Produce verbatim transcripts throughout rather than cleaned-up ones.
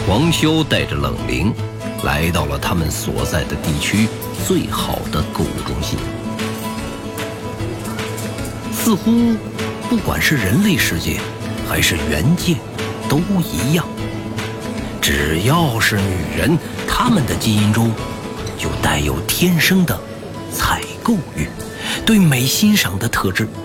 黄修带着冷灵来到了他们所在的地区最好的购物中心。似乎不管是人类世界还是原界都一样，只要是女人，她们的基因中就带有天生的采购欲，对美欣赏的特质。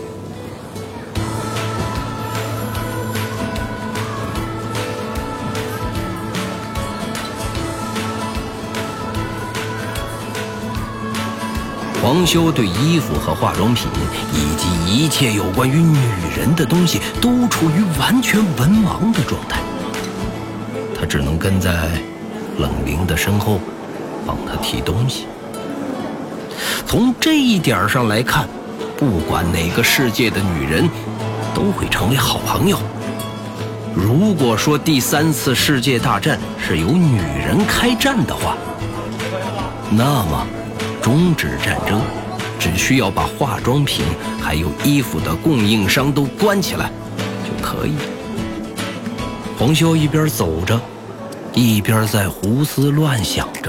黄修对衣服和化妆品以及一切有关于女人的东西都处于完全文盲的状态，他只能跟在冷灵的身后帮他提东西。从这一点上来看，不管哪个世界的女人都会成为好朋友。如果说第三次世界大战是由女人开战的话，那么终止战争只需要把化妆品还有衣服的供应商都关起来就可以。黄修一边走着，一边在胡思乱想着。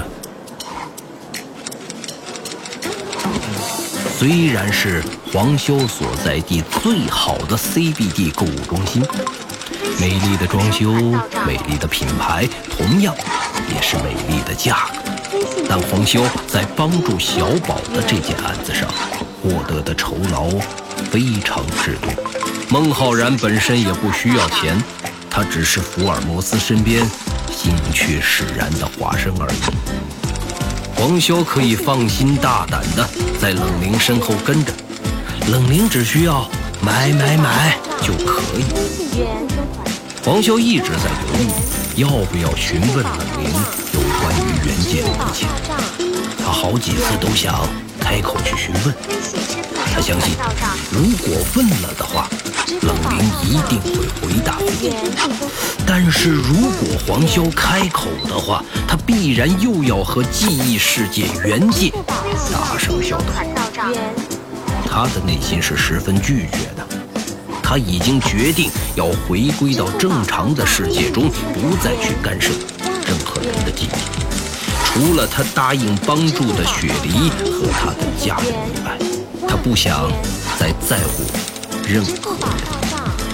虽然是黄修所在地最好的 C B D 购物中心，美丽的装修，美丽的品牌，同样也是美丽的价格。但黄修在帮助小宝的这件案子上获得的酬劳非常之多。孟浩然本身也不需要钱，他只是福尔摩斯身边兴趣使然的化身而已。黄修可以放心大胆的在冷灵身后跟着，冷灵只需要买买买就可以。黄修一直在犹豫要不要询问冷灵有关于原界的一切，他好几次都想开口去询问，他相信如果问了的话，冷灵一定会回答自己。但是如果黄修开口的话，他必然又要和记忆世界原界打上交道。他的内心是十分拒绝的，他已经决定要回归到正常的世界中，不再去干涉任何人的记忆，除了他答应帮助的雪梨和他的家人以外，他不想再在乎任何人。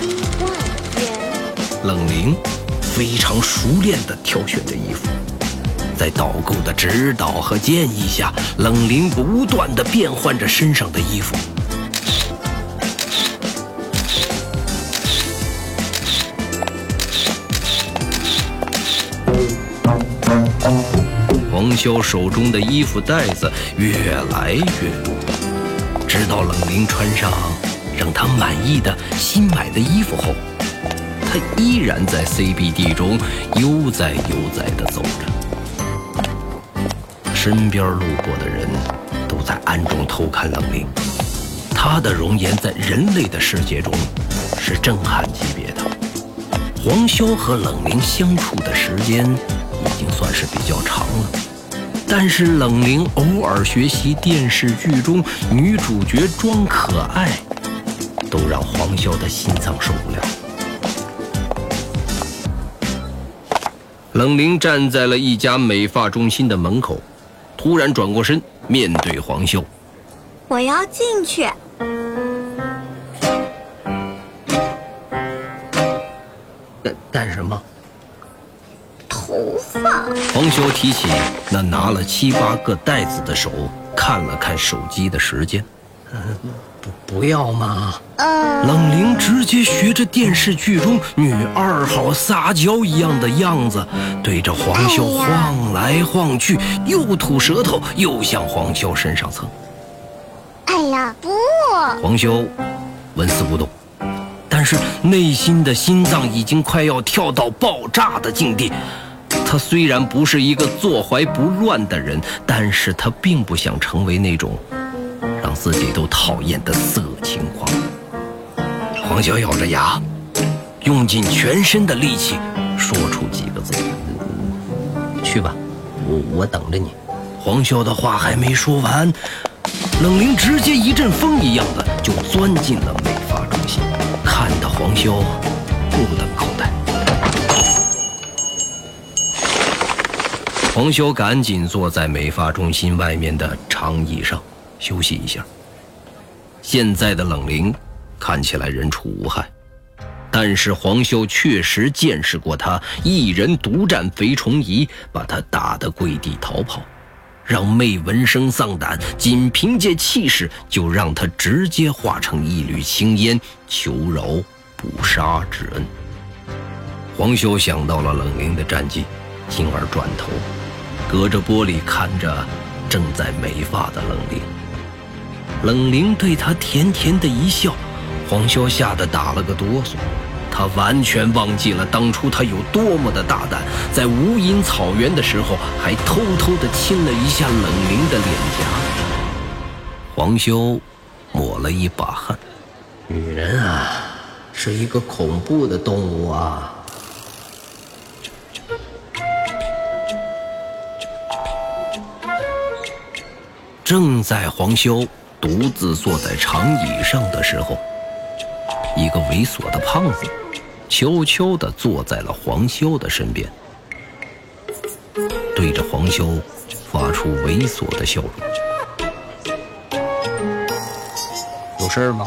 冷灵非常熟练地挑选着衣服，在导购的指导和建议下，冷灵不断地变换着身上的衣服。黄修手中的衣服袋子越来越多，直到冷灵穿上让他满意的新买的衣服后，他依然在 C B D 中悠哉悠哉地走着。身边路过的人都在暗中偷看冷灵，他的容颜在人类的世界中是震撼级别的。黄修和冷灵相处的时间已经算是比较长了，但是冷灵偶尔学习电视剧中女主角装可爱，都让黄修的心脏受不了。冷灵站在了一家美发中心的门口，突然转过身面对黄修：“ 我要进去。” 干干什么？ 头发。 黄修提起那拿了七八个袋子的手，看了看手机的时间。嗯，不不要嘛。 呃， 冷灵直接学着电视剧中女二号撒娇一样的样子，对着黄修晃来晃去，又吐舌头，又向黄修身上蹭。 哎呀，不！ 黄修纹丝不动，但是内心的心脏已经快要跳到爆炸的境地。他虽然不是一个坐怀不乱的人，但是他并不想成为那种让自己都讨厌的色情狂。黄修咬着牙，用尽全身的力气说出几个字：“去吧，我我等着你。”黄修的话还没说完，冷灵直接一阵风一样的就钻进了美发中心，看得黄修目瞪口呆。 黄修赶紧坐在美发中心外面的长椅上休息一下。现在的冷灵看起来人畜无害，但是黄修确实见识过他一人独占肥虫仪，把他打得跪地逃跑，让媚闻声丧胆，仅凭借气势就让他直接化成一缕青烟，求饶不杀之恩。黄修想到了冷灵的战绩，进而转头隔着玻璃看着正在美发的冷灵。冷灵对他甜甜的一笑，黄修吓得打了个哆嗦。他完全忘记了当初他有多么的大胆，在无垠草原的时候还偷偷地亲了一下冷灵的脸颊。黄修抹了一把汗，女人啊，是一个恐怖的动物啊。正在黄修独自坐在长椅上的时候，一个猥琐的胖子悄悄地坐在了黄修的身边，对着黄修发出猥琐的笑容。有事吗？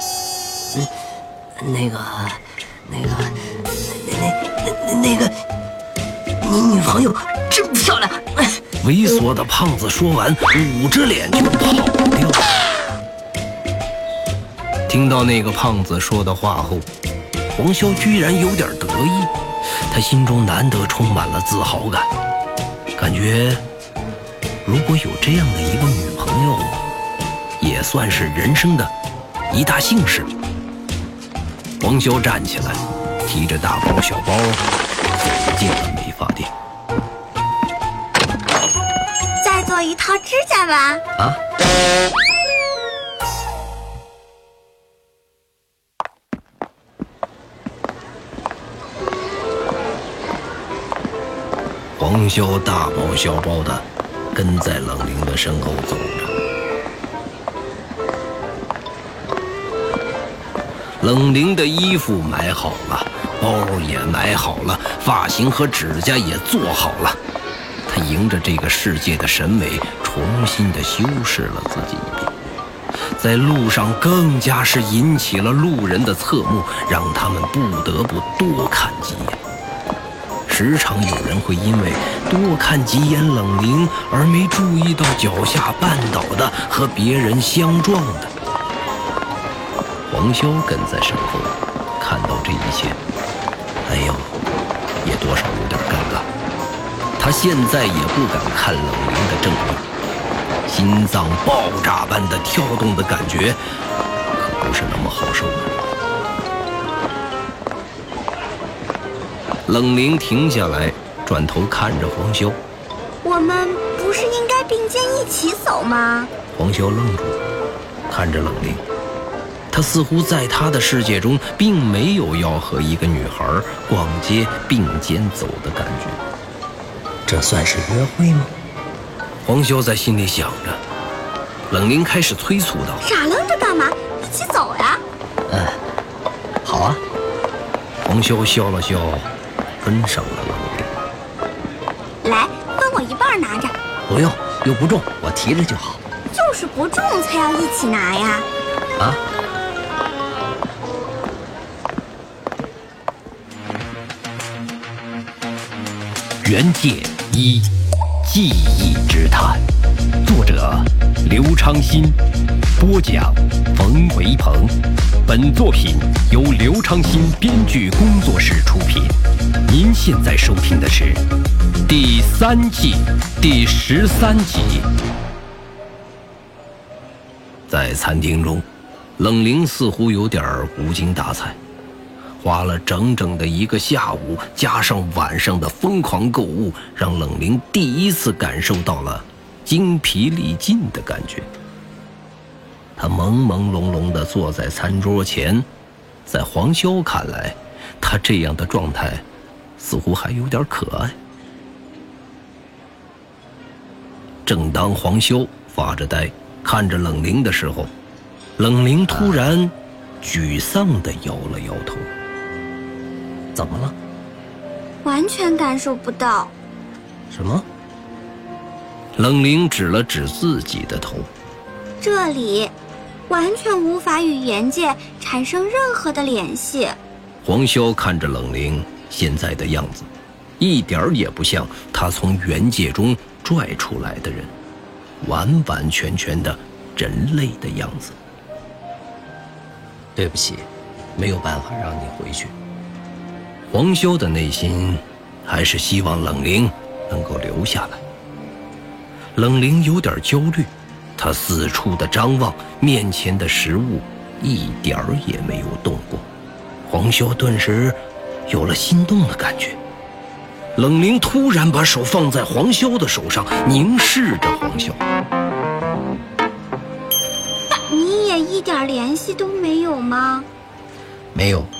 嗯，那个，那个，那那那个，你女朋友真漂亮。 猥琐的胖子说完，捂着脸就跑掉了。听到那个胖子说的话后，黄修居然有点得意，他心中难得充满了自豪感，感觉如果有这样的一个女朋友，也算是人生的一大幸事。黄修站起来，提着大包小包走进了美发店。 再做一套指甲吧。 啊？黄修大包小包的跟在冷灵的身后走着。冷灵的衣服买好了，包也买好了，发型和指甲也做好了。他迎着这个世界的审美，重新的修饰了自己一遍，在路上更加是引起了路人的侧目，让他们不得不多看几眼。时常有人会因为多看几眼冷灵而没注意到脚下绊倒的和别人相撞的。黄修跟在身后，看到这一切，哎呦，也多少有点尴尬。他现在也不敢看冷灵的正面，心脏爆炸般的跳动的感觉，可不是那么好受的。冷灵停下来，转头看着黄修：“ 我们不是应该并肩一起走吗？” 黄修愣住，看着冷灵，他似乎在他的世界中并没有要和一个女孩逛街并肩走的感觉。 这算是约会吗？ 黄修在心里想着。冷灵开始催促道：“ 傻愣着干嘛？一起走呀！”“ 嗯，好啊。” 黄修笑了笑，跟上了冷灵。“来，分我一半拿着。”“ 不用，又不重，我提着就好。”“ 就是不重才要一起拿呀！”“ 啊？” 原界一，记忆之谈，作者刘昌新，播讲冯维鹏。本作品由刘昌新编剧工作室出品。您现在收听的是第三季第十三集。在餐厅中，冷灵似乎有点无精打采。花了整整的一个下午，加上晚上的疯狂购物，让冷灵第一次感受到了精疲力尽的感觉。他朦朦胧胧地坐在餐桌前，在黄修看来，他这样的状态似乎还有点可爱。正当黄修发着呆看着冷灵的时候，冷灵突然沮丧地摇了摇头。 怎么了？ 完全感受不到。 什么？ 冷灵指了指自己的头， 这里完全无法与原界产生任何的联系。 黄潇看着冷灵现在的样子，一点儿也不像他从原界中拽出来的人，完完全全的人类的样子。 对不起，没有办法让你回去。 黄潇的内心还是希望冷灵能够留下来。冷灵有点焦虑，他四处的张望，面前的食物一点儿也没有动过。黄潇顿时有了心动的感觉。冷灵突然把手放在黄潇的手上，凝视着黄潇。 你也一点联系都没有吗？ 没有。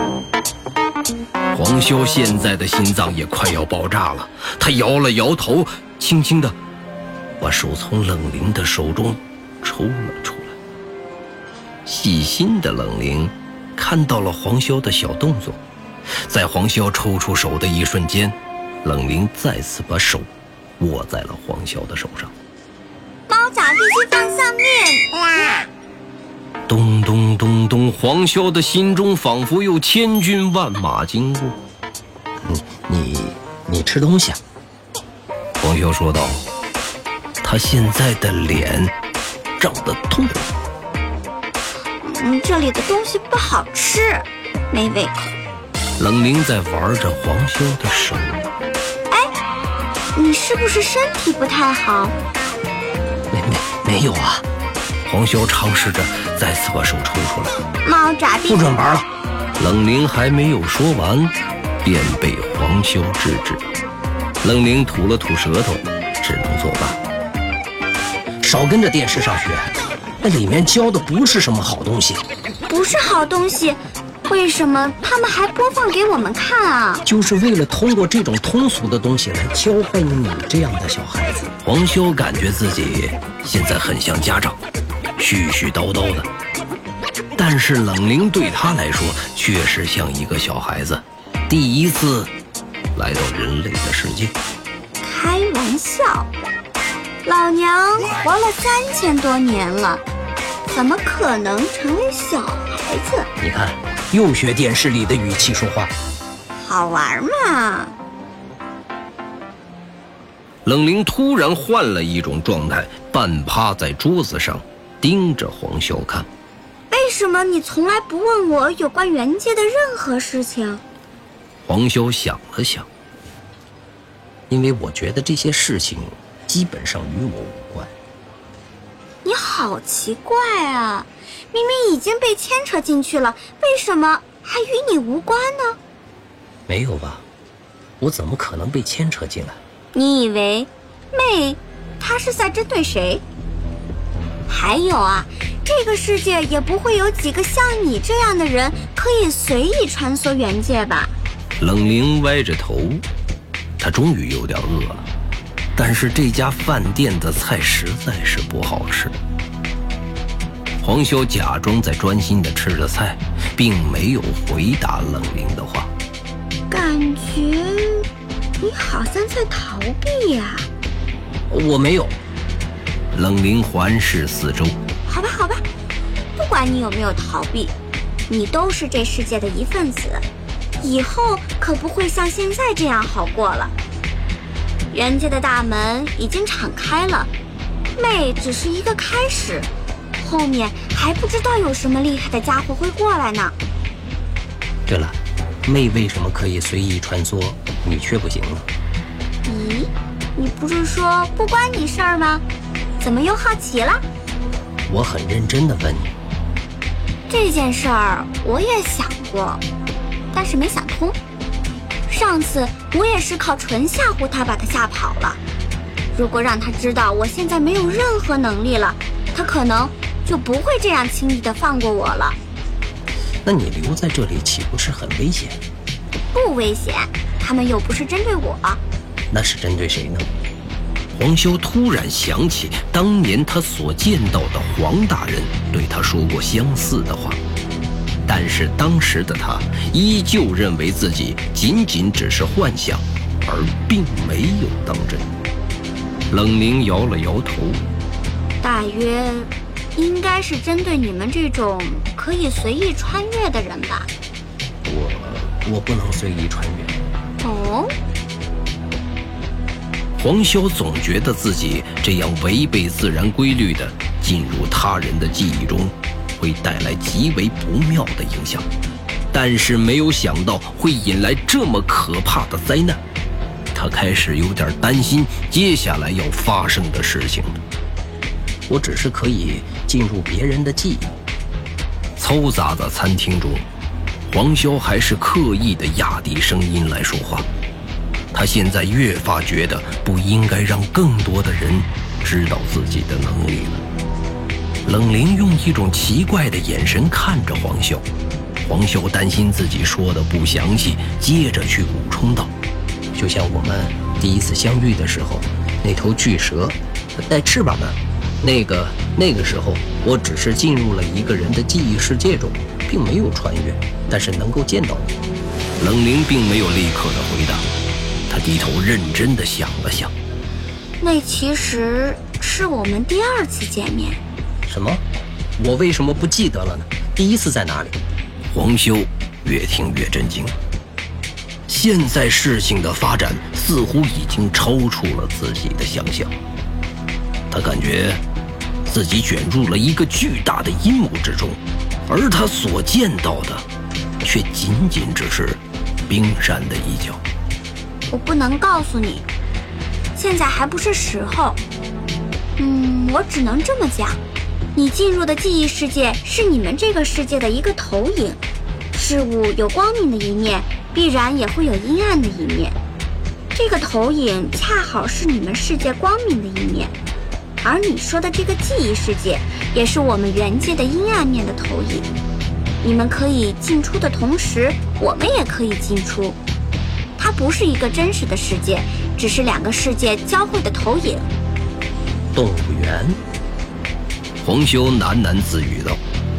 黄潇现在的心脏也快要爆炸了，他摇了摇头，轻轻地把手从冷灵的手中抽了出来。细心的冷灵看到了黄潇的小动作，在黄潇抽出手的一瞬间，冷灵再次把手握在了黄潇的手上。 猫爪必须放上面啦！ 咚咚咚咚，黄潇的心中仿佛有千军万马经过。 你你你吃东西啊？ 黄潇说道。他现在的脸涨得通红。 嗯，这里的东西不好吃，没胃口。 冷灵在玩着黄潇的手。 哎，你是不是身体不太好？ 没没没有啊。 黄潇尝试着再次把手抽出来。 猫爪必不准玩了。 冷灵还没有说完，便被黄潇制止。冷灵吐了吐舌头，只能作罢。 少跟着电视上学，那里面教的不是什么好东西。 不是好东西，为什么他们还播放给我们看啊？ 就是为了通过这种通俗的东西来教坏你这样的小孩子。 黄潇感觉自己现在很像家长，絮絮叨叨的，但是冷灵对他来说确实像一个小孩子，第一次来到人类的世界。 开玩笑，老娘活了三千多年了，怎么可能成为小孩子？ 你看，又学电视里的语气说话。 好玩嘛！ 冷灵突然换了一种状态，半趴在桌子上，盯着黄潇看。 为什么你从来不问我有关原界的任何事情？ 黄潇想了想， 因为我觉得这些事情基本上与我无关。 你好奇怪啊，明明已经被牵扯进去了，为什么还与你无关呢？ 没有吧，我怎么可能被牵扯进来？ 你以为妹她是在针对谁？还有啊，这个世界也不会有几个像你这样的人可以随意穿梭原界吧？ 冷灵歪着头，他终于有点饿了，但是这家饭店的菜实在是不好吃。黄潇假装在专心地吃着菜，并没有回答冷灵的话。 感觉你好像在逃避呀、啊。 我没有。 冷灵环视四周。 好吧好吧，不管你有没有逃避，你都是这世界的一份子，以后可不会像现在这样好过了。原界的大门已经敞开了，妹只是一个开始，后面还不知道有什么厉害的家伙会过来呢。 对了，妹为什么可以随意穿梭，你却不行呢？ 咦，你不是说不关你事儿吗？怎么又好奇了？ 我很认真地问你。 这件事儿我也想过，但是没想通。上次我也是靠纯吓唬他把他吓跑了。如果让他知道我现在没有任何能力了，他可能就不会这样轻易地放过我了。 那你留在这里岂不是很危险？ 不危险，他们又不是针对我。 那是针对谁呢？ 黄潇突然想起当年他所见到的黄大人对他说过相似的话，但是当时的他依旧认为自己仅仅只是幻想，而并没有当真。 冷凝摇了摇头， 大约应该是针对你们这种可以随意穿越的人吧。 我我不能随意穿越。 哦， 黄潇总觉得自己这样违背自然规律的进入他人的记忆中，会带来极为不妙的影响，但是没有想到会引来这么可怕的灾难。他开始有点担心接下来要发生的事情。 我只是可以进入别人的记忆。 嘈杂的餐厅中，黄潇还是刻意的压低声音来说话。他现在越发觉得不应该让更多的人知道自己的能力了。冷凝用一种奇怪的眼神看着黄潇，黄潇担心自己说的不详细，接着去补充道： 就像我们第一次相遇的时候，那头巨蛇带翅膀的那个那个时候，我只是进入了一个人的记忆世界中，并没有穿越，但是能够见到你。 冷凝并没有立刻的回答，他低头认真的想了想。 那其实是我们第二次见面。 什么？我为什么不记得了呢？第一次在哪里？ 黄修越听越震惊。现在事情的发展似乎已经超出了自己的想象，他感觉自己卷入了一个巨大的阴谋之中，而他所见到的却仅仅只是冰山的一角。 我不能告诉你，现在还不是时候。嗯，我只能这么讲，你进入的记忆世界是你们这个世界的一个投影，事物有光明的一面，必然也会有阴暗的一面。这个投影恰好是你们世界光明的一面，而你说的这个记忆世界也是我们原界的阴暗面的投影。你们可以进出的同时，我们也可以进出。它不是一个真实的世界，只是两个世界交汇的投影。 动物园。 黄修喃喃自语道。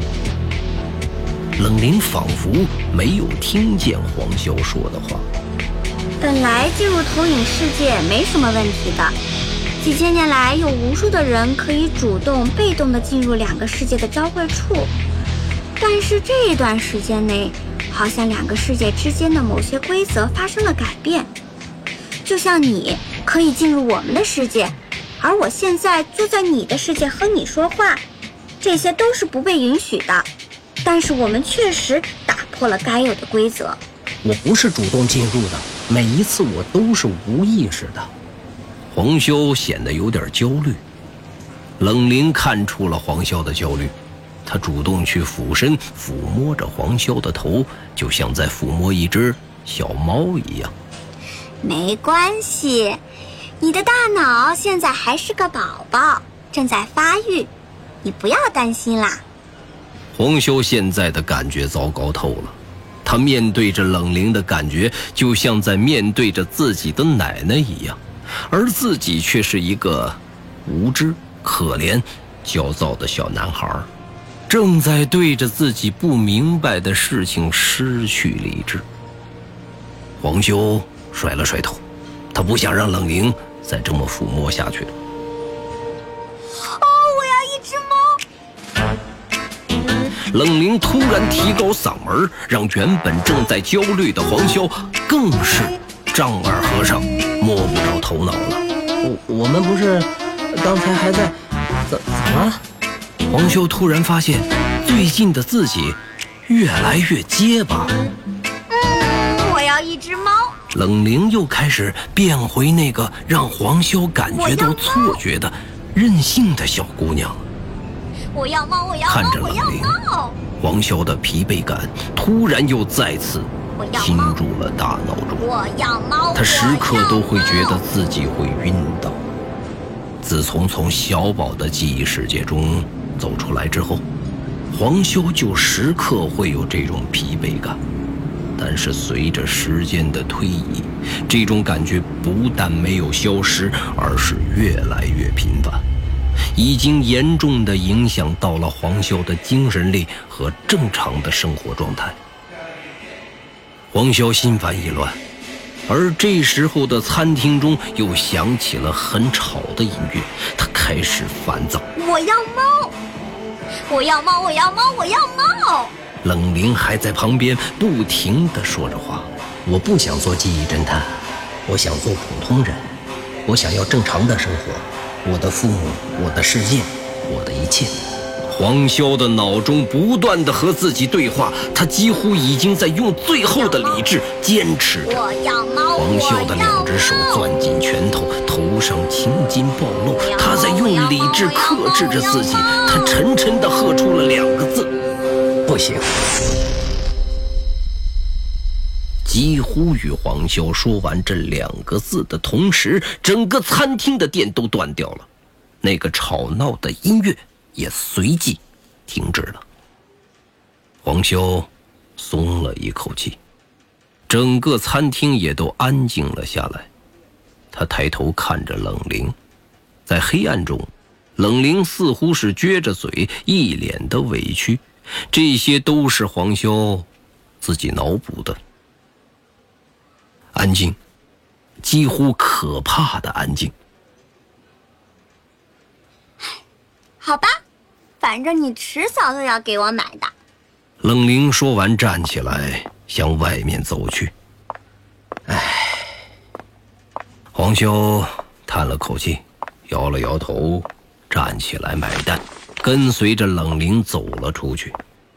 冷凝仿佛没有听见黄修说的话。 本来进入投影世界没什么问题的，几千年来有无数的人可以主动被动地进入两个世界的交汇处，但是这段时间内好像两个世界之间的某些规则发生了改变。就像你可以进入我们的世界，而我现在坐在你的世界和你说话，这些都是不被允许的，但是我们确实打破了该有的规则。 我不是主动进入的，每一次我都是无意识的。 黄修显得有点焦虑。冷凝看出了黄潇的焦虑，他主动去俯身抚摸着黄潇的头，就像在抚摸一只小猫一样。 没关系，你的大脑现在还是个宝宝，正在发育，你不要担心啦。 黄修现在的感觉糟糕透了，他面对着冷凝的感觉就像在面对着自己的奶奶一样，而自己却是一个无知、可怜、焦躁的小男孩，正在对着自己不明白的事情失去理智。黄修甩了甩头，他不想让冷凝再这么抚摸下去了。 哦，我要一只猫！ 冷凝突然提高嗓门，让原本正在焦虑的黄潇更是丈二和尚摸不着头脑了。 我我们不是刚才还在怎怎么了？ 黄修突然发现最近的自己越来越结巴。 嗯，我要一只猫。 冷凝又开始变回那个让黄潇感觉到错觉的任性的小姑娘。 我要猫，我要猫， 看着冷凝，黄潇的疲惫感突然又再次侵入了大脑中。 我要猫， 他时刻都会觉得自己会晕倒。自从从小宝的记忆世界中走出来之后，黄修就时刻会有这种疲惫感，但是随着时间的推移，这种感觉不但没有消失，而是越来越频繁，已经严重地影响到了黄修的精神力和正常的生活状态。黄潇心烦意乱， 而这时候的餐厅中又响起了很吵的音乐，他开始烦躁。 我要猫，我要猫，我要猫，我要猫。 冷灵还在旁边不停地说着话。 我不想做记忆侦探，我想做普通人，我想要正常的生活，我的父母，我的世界，我的一切。 黄潇的脑中不断地和自己对话，他几乎已经在用最后的理智坚持着。 我要猫， 黄潇的两只手攥紧拳头，头上青筋暴露，他在用理智克制着自己。他沉沉地喝出了两个字： 不行。 几乎与黄潇说完这两个字的同时，整个餐厅的电都断掉了，那个吵闹的音乐也随即停止了。黄潇松了一口气，整个餐厅也都安静了下来。他抬头看着冷灵，在黑暗中，冷灵似乎是撅着嘴，一脸的委屈，这些都是黄潇自己脑补的。安静，几乎可怕的安静。 好吧，反正你迟早都要给我买的。 冷灵说完站起来向外面走去。唉，黄潇叹了口气，摇了摇头，站起来买单，跟随着冷灵走了出去。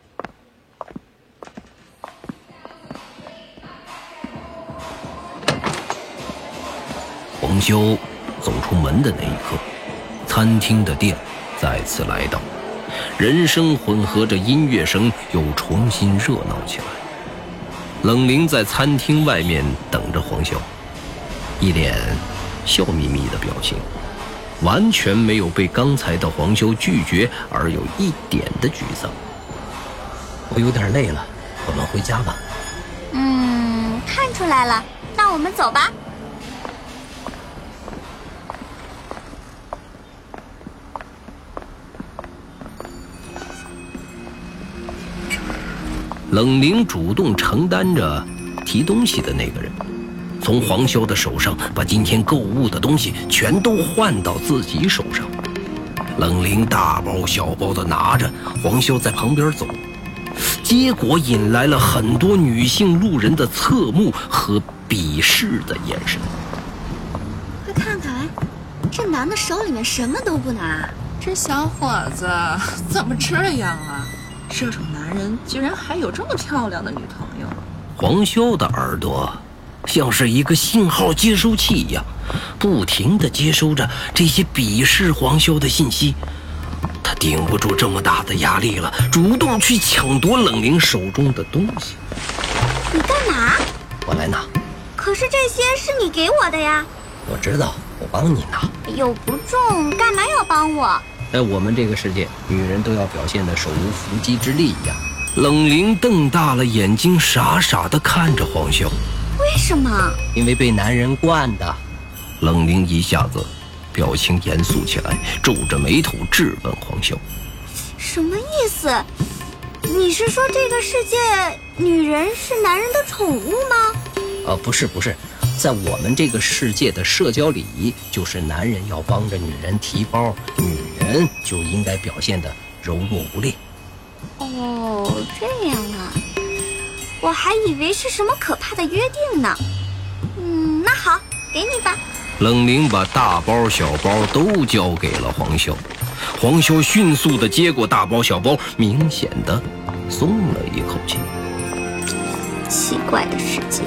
黄潇走出门的那一刻，餐厅的店再次来到，人声混合着音乐声又重新热闹起来。冷灵在餐厅外面等着黄潇，一脸笑眯眯的表情，完全没有被刚才的黄潇拒绝而有一点的沮丧。 我有点累了，我们回家吧。 嗯，看出来了，那我们走吧。 冷灵主动承担着提东西的那个人，从黄潇的手上把今天购物的东西全都换到自己手上。冷灵大包小包的拿着，黄潇在旁边走，结果引来了很多女性路人的侧目和鄙视的眼神。 快看看，这男的手里面什么都不拿， 这小伙子怎么这样啊？这种男人居然还有这么漂亮的女朋友。 黄潇的耳朵像是一个信号接收器一样，不停地接收着这些鄙视黄潇的信息。他顶不住这么大的压力了，主动去抢夺冷灵手中的东西。 你干嘛？ 我来拿。 可是这些是你给我的呀。 我知道，我帮你拿。 又不重，干嘛要帮我？ 在我们这个世界，女人都要表现得手无缚鸡之力一样。 冷灵瞪大了眼睛，傻傻地看着黄潇。 为什么？ 因为被男人惯的。 冷灵一下子表情严肃起来，皱着眉头质问黄潇： 什么意思？你是说这个世界女人是男人的宠物吗？ 呃，不是不是，在我们这个世界的社交礼仪，就是男人要帮着女人提包，女人就应该表现得柔弱无力。 哦，这样啊，我还以为是什么可怕的约定呢。嗯，那好，给你吧。 冷灵把大包小包都交给了黄潇，黄潇迅速地接过大包小包，明显的松了一口气。 奇怪的世界。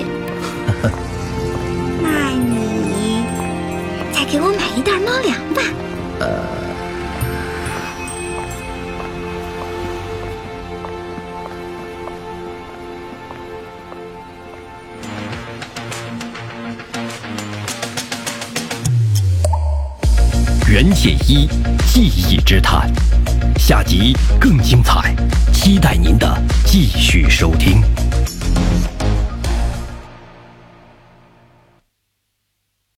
那你再给我买一袋猫粮吧。 呃。 袁剑一记忆之谈，下集更精彩，期待您的继续收听。